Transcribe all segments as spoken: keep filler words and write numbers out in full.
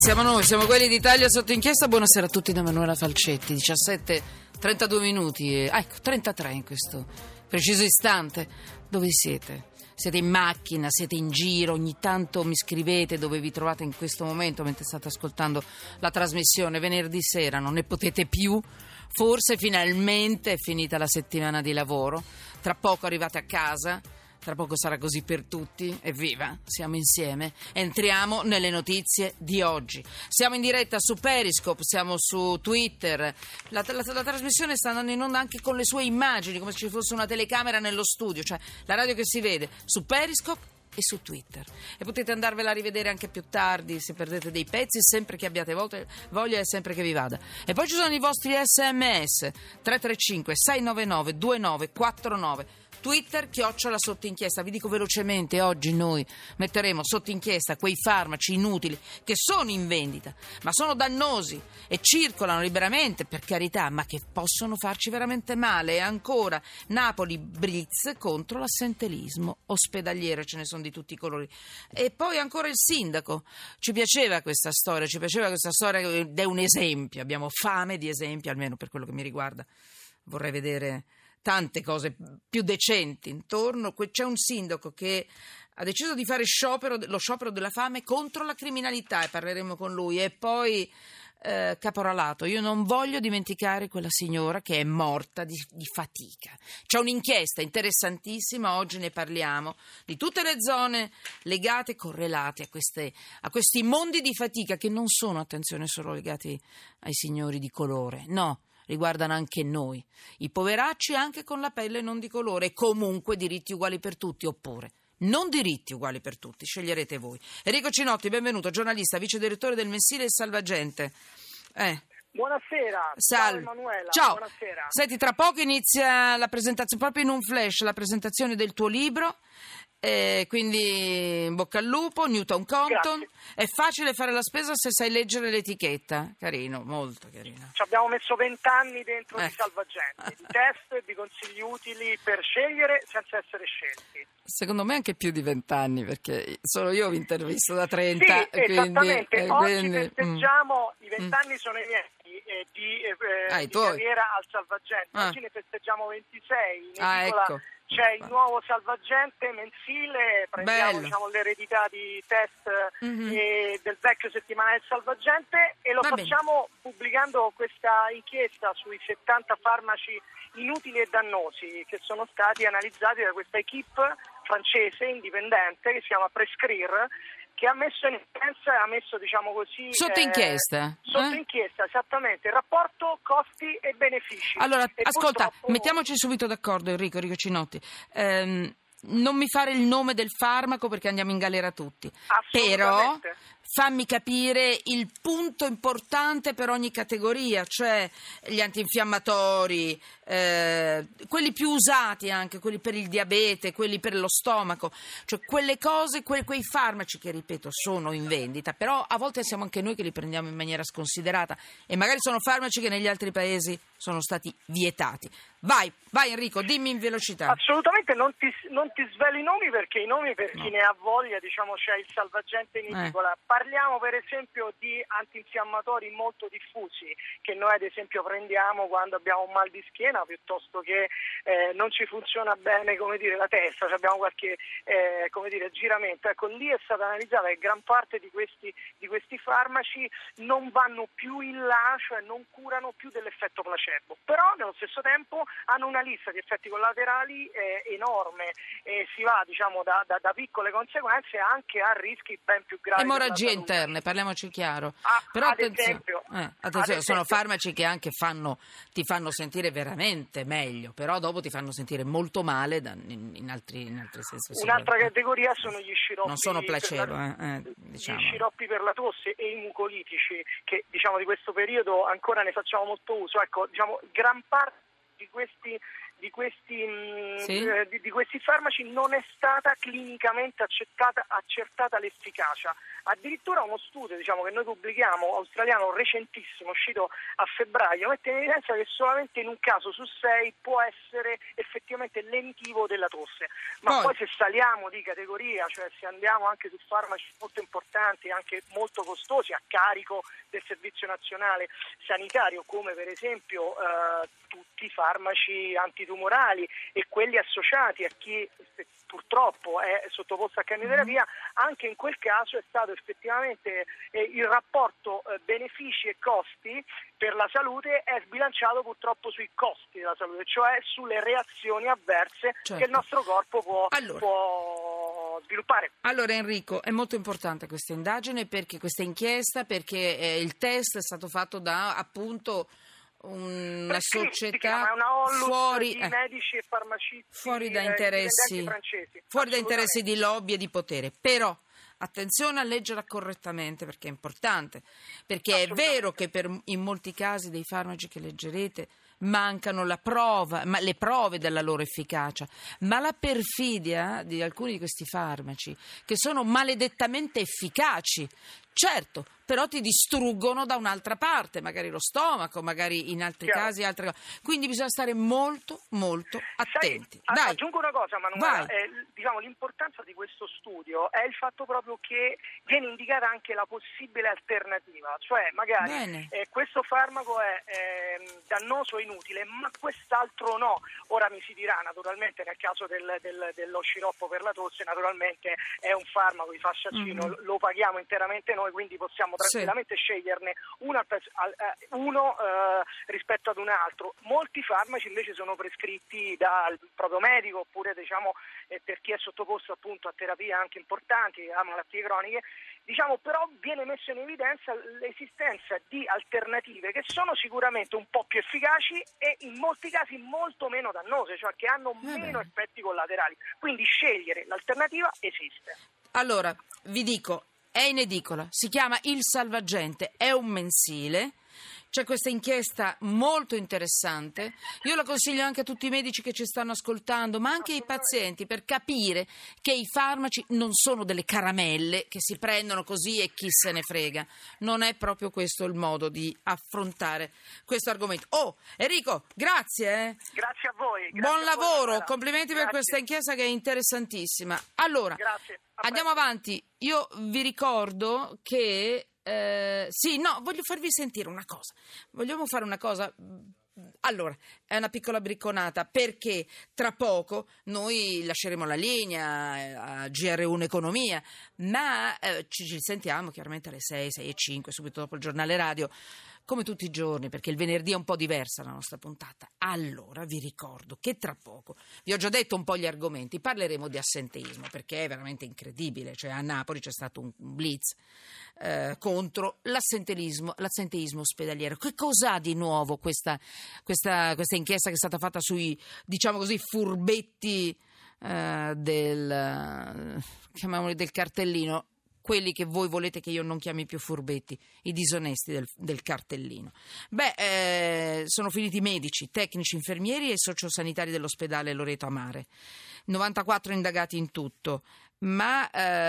Siamo noi, siamo quelli d'Italia sotto inchiesta. Buonasera a tutti da Manuela Falcetti. diciassette e trentadue minuti, eh, ecco, trentatré in questo preciso istante. Dove siete? Siete in macchina, siete in giro, ogni tanto mi scrivete dove vi trovate in questo momento mentre state ascoltando la trasmissione. Venerdì sera non ne potete più, forse finalmente è finita la settimana di lavoro, tra poco arrivate a casa. Tra poco sarà così per tutti. Evviva, siamo insieme. Entriamo nelle notizie di oggi. Siamo in diretta su Periscope, siamo su Twitter. La, la, la trasmissione sta andando in onda anche con le sue immagini, come se ci fosse una telecamera nello studio, cioè la radio che si vede su Periscope e su Twitter. E potete andarvela a rivedere anche più tardi se perdete dei pezzi, sempre che abbiate voglia e sempre che vi vada. E poi ci sono i vostri sms tre tre cinque sei nove nove due nove quattro nove. Twitter, chiocciola sotto inchiesta. Vi dico velocemente, oggi noi metteremo sotto inchiesta quei farmaci inutili che sono in vendita, ma sono dannosi e circolano liberamente, per carità, ma che possono farci veramente male. E ancora, Napoli Blitz contro l'assenteismo ospedaliero, ce ne sono di tutti i colori. E poi ancora il sindaco. Ci piaceva questa storia, ci piaceva questa storia ed è un esempio. Abbiamo fame di esempi, almeno per quello che mi riguarda. Vorrei vedere tante cose più decenti intorno. C'è un sindaco che ha deciso di fare sciopero, lo sciopero della fame contro la criminalità, e parleremo con lui. E poi eh, caporalato. Io non voglio dimenticare quella signora che è morta di, di fatica. C'è un'inchiesta interessantissima, oggi ne parliamo, di tutte le zone legate, correlate a, queste, a questi mondi di fatica che non sono, attenzione, solo legati ai signori di colore, no, riguardano anche noi, i poveracci anche con la pelle non di colore. Comunque diritti uguali per tutti, oppure non diritti uguali per tutti, sceglierete voi. Enrico Cinotti, benvenuto, giornalista, vice direttore del mensile Il Salvagente. Eh. Buonasera, Salve. ciao Emanuela. Ciao. Buonasera. Senti, tra poco inizia la presentazione, proprio in un flash, la presentazione del tuo libro. Eh, quindi in bocca al lupo, Newton Compton. Grazie. È facile fare la spesa se sai leggere l'etichetta. Carino, molto carino. Ci abbiamo messo vent'anni dentro Eh. di Salvagente, di test e di consigli utili per scegliere senza essere scelti. Secondo me anche più di vent'anni, perché solo io vi intervisto da trenta. Sì, quindi, esattamente. eh, Oggi quindi, festeggiamo, mm. i vent'anni sono i miei eh, di, eh, Ah, i di tuoi. carriera al Salvagente. Ah. Oggi ne festeggiamo ventisei. In Ah, edicola ecco. c'è il nuovo Salvagente mensile, prendiamo Bello. diciamo, l'eredità di test Mm-hmm. eh, del vecchio settimanale del Salvagente, e lo Va bene. facciamo pubblicando questa inchiesta sui settanta farmaci inutili e dannosi che sono stati analizzati da questa equipe francese indipendente che si chiama Prescrire, che ha messo in evidenza, ha messo diciamo così Sotto eh, inchiesta, sotto eh? inchiesta esattamente il rapporto costi e benefici. Allora, E ascolta, purtroppo... mettiamoci subito d'accordo, Enrico, Enrico Cinotti. Ehm, non mi fare il nome del farmaco perché andiamo in galera tutti. Però Assolutamente. fammi capire il punto importante per ogni categoria, cioè gli antinfiammatori, eh, quelli più usati anche, quelli per il diabete, quelli per lo stomaco, cioè quelle cose, que- quei farmaci che, ripeto, sono in vendita, però a volte siamo anche noi che li prendiamo in maniera sconsiderata e magari sono farmaci che negli altri paesi sono stati vietati. Vai, vai Enrico, dimmi in velocità. Assolutamente, non ti, non ti svelo i nomi, perché i nomi per No. chi ne ha voglia, diciamo, c'è il Salvagente in Eh. edicola. Parliamo per esempio di antinfiammatori molto diffusi che noi ad esempio prendiamo quando abbiamo un mal di schiena, piuttosto che eh, non ci funziona bene, come dire, la testa, cioè abbiamo qualche eh, come dire, giramento. Ecco, lì è stata analizzata che gran parte di questi, di questi farmaci non vanno più in là, cioè non curano più dell'effetto placebo, però nello stesso tempo hanno una lista di effetti collaterali eh, enorme, e si va diciamo da, da, da piccole conseguenze anche a rischi ben più gravi. Emorragie per la salute. interne, parliamoci chiaro. Ah, Però ad attenzione, esempio, eh, ad attenzione sono esempio. farmaci che anche fanno, ti fanno sentire veramente meglio, però dopo ti fanno sentire molto male da- in, in altri, in altri sensi. Un'altra Eh. categoria sono gli sciroppi. Non sono placebo, per la- eh, eh, diciamo. Gli sciroppi per la tosse e i mucolitici, che diciamo di questo periodo ancora ne facciamo molto uso. Ecco, diciamo gran parte di questi di questi, mh, sì? eh, di, di questi farmaci non è stata clinicamente accettata, accertata l'efficacia. Addirittura uno studio, diciamo, che noi pubblichiamo, australiano recentissimo, uscito a febbraio, mette in evidenza che solamente in un caso su sei può essere effettivamente lenitivo della tosse. Ma poi, poi se saliamo di categoria, cioè se andiamo anche su farmaci molto importanti, anche molto costosi, a carico del Servizio Nazionale Sanitario, come per esempio eh, tutti i farmaci antitumorali e quelli associati a chi purtroppo è sottoposto a chemioterapia, anche in quel caso è stato effettivamente eh, il rapporto eh, benefici e costi per la salute è sbilanciato purtroppo sui costi della salute, cioè sulle reazioni avverse, certo, che il nostro corpo può, allora. può sviluppare. Allora Enrico, è molto importante questa indagine, perché questa inchiesta, perché eh, il test è stato fatto da appunto una società una fuori di eh, medici e farmacisti fuori da interessi francesi, fuori da interessi di lobby e di potere. Però attenzione a leggerla correttamente, perché è importante, perché è vero che per, in molti casi dei farmaci che leggerete mancano la prova, ma le prove della loro efficacia, ma la perfidia di alcuni di questi farmaci, che sono maledettamente efficaci, certo, però ti distruggono da un'altra parte, magari lo stomaco, magari in altri Chiaro. casi altre cose. Quindi bisogna stare molto, molto attenti. Sai, Dai. Aggiungo una cosa, Manuela, eh, diciamo, l'importanza di questo studio è il fatto proprio che viene indicata anche la possibile alternativa, cioè magari eh, questo farmaco è eh, dannoso e inutile, ma quest'altro no. Ora mi si dirà, naturalmente, nel caso del, del, dello sciroppo per la tosse, naturalmente è un farmaco di fascia C, mm-hmm. lo, lo paghiamo interamente noi, quindi possiamo tranquillamente sì. sceglierne una, uno eh, rispetto ad un altro. Molti farmaci invece sono prescritti dal proprio medico, oppure diciamo eh, per chi è sottoposto appunto a terapie anche importanti, a malattie croniche. Diciamo, però viene messo in evidenza l'esistenza di alternative che sono sicuramente un po' più efficaci e in molti casi molto meno dannose, cioè che hanno meno eh effetti collaterali. Quindi scegliere l'alternativa esiste. Allora, vi dico, è in edicola, si chiama Il Salvagente, è un mensile. C'è questa inchiesta molto interessante, io la consiglio anche a tutti i medici che ci stanno ascoltando, ma anche ai pazienti, per capire che i farmaci non sono delle caramelle che si prendono così e chi se ne frega. Non è proprio questo il modo di affrontare questo argomento. Oh, Enrico, grazie. Eh. Grazie a voi. Grazie Buon a lavoro, voi, complimenti grazie. per questa inchiesta che è interessantissima. Allora, grazie. Andiamo avanti. Io vi ricordo che... Eh, sì, no, voglio farvi sentire una cosa. Vogliamo fare una cosa. Allora, è una piccola bricconata, perché tra poco noi lasceremo la linea a G R uno Economia, ma eh, ci, ci sentiamo chiaramente alle sei, sei e cinque, subito dopo il giornale radio, come tutti i giorni, perché il venerdì è un po' diversa la nostra puntata. Allora vi ricordo che tra poco, vi ho già detto un po' gli argomenti, parleremo di assenteismo, perché è veramente incredibile, cioè a Napoli c'è stato un, un blitz eh, contro l'assenteismo, l'assenteismo ospedaliero. Che cos'ha di nuovo questa, questa, questa inchiesta che è stata fatta sui, diciamo così, furbetti eh, del, chiamiamoli del cartellino? Quelli che voi volete che io non chiami più furbetti, i disonesti del, del cartellino. Beh, eh, sono finiti medici, tecnici, infermieri e sociosanitari dell'ospedale Loreto Amare. novantaquattro indagati in tutto, ma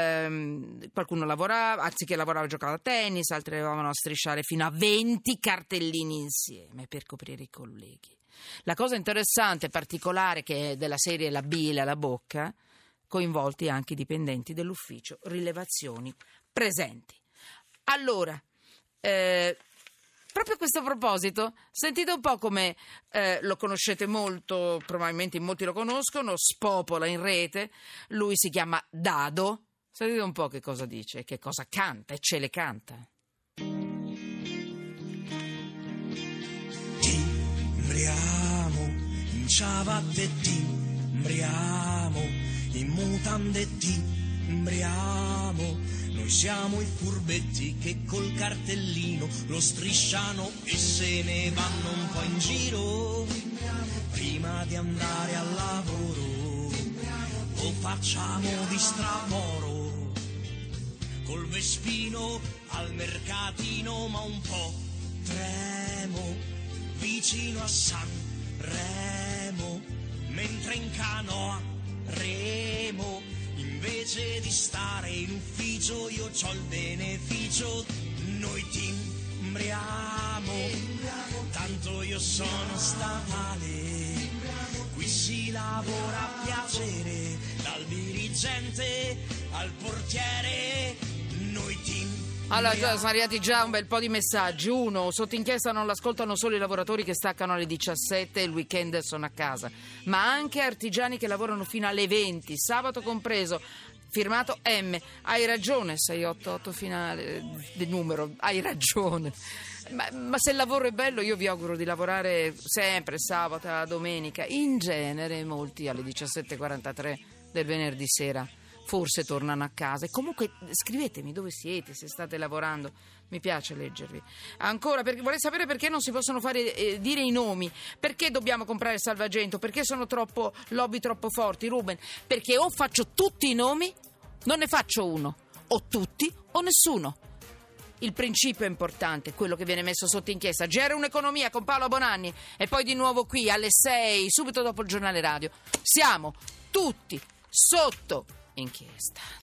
ehm, qualcuno lavorava, anziché lavorava giocava a tennis, altri avevano a strisciare fino a venti cartellini insieme per coprire i colleghi. La cosa interessante e particolare, che è della serie La bile alla bocca, coinvolti anche i dipendenti dell'ufficio rilevazioni presenti. Allora, eh, proprio a questo proposito, sentite un po' come eh, lo conoscete molto, probabilmente in molti lo conoscono, spopola in rete, lui si chiama Dado, sentite un po' che cosa dice, che cosa canta e ce le canta. Timbriamo in ciabatte, timbriamo in mutande, timbriamo. Noi siamo i furbetti che col cartellino lo strisciano e se ne vanno un po' in giro. Prima di andare al lavoro lo facciamo di stramoro, col vespino al mercatino, ma un po' tremo vicino a Sanremo. mentre in canoa remo, invece di stare in ufficio io c'ho il beneficio, noi timbriamo, tanto io sono statale, qui si lavora a piacere, dal dirigente al portiere, noi timbriamo. Allora, già, sono arrivati già un bel po' di messaggi. Uno, sotto inchiesta non l'ascoltano solo i lavoratori che staccano alle diciassette e il weekend sono a casa, ma anche artigiani che lavorano fino alle venti, sabato compreso. Firmato M. Hai ragione, sei otto otto finale del numero, hai ragione. Ma, ma se il lavoro è bello, io vi auguro di lavorare sempre, sabato, domenica. In genere molti alle diciassette e quarantatré del venerdì sera forse tornano a casa. E comunque scrivetemi dove siete, se state lavorando, mi piace leggervi. Ancora, perché vorrei sapere perché non si possono fare eh, dire i nomi, perché dobbiamo comprare Salvagento, perché sono troppo lobby troppo forti. Ruben, perché o faccio tutti i nomi, non ne faccio uno, o tutti o nessuno. Il principio è importante, quello che viene messo sotto inchiesta. G R uno Economia con Paolo Bonanni e poi di nuovo qui alle sei, subito dopo il giornale radio. Siamo tutti sotto inchiesta.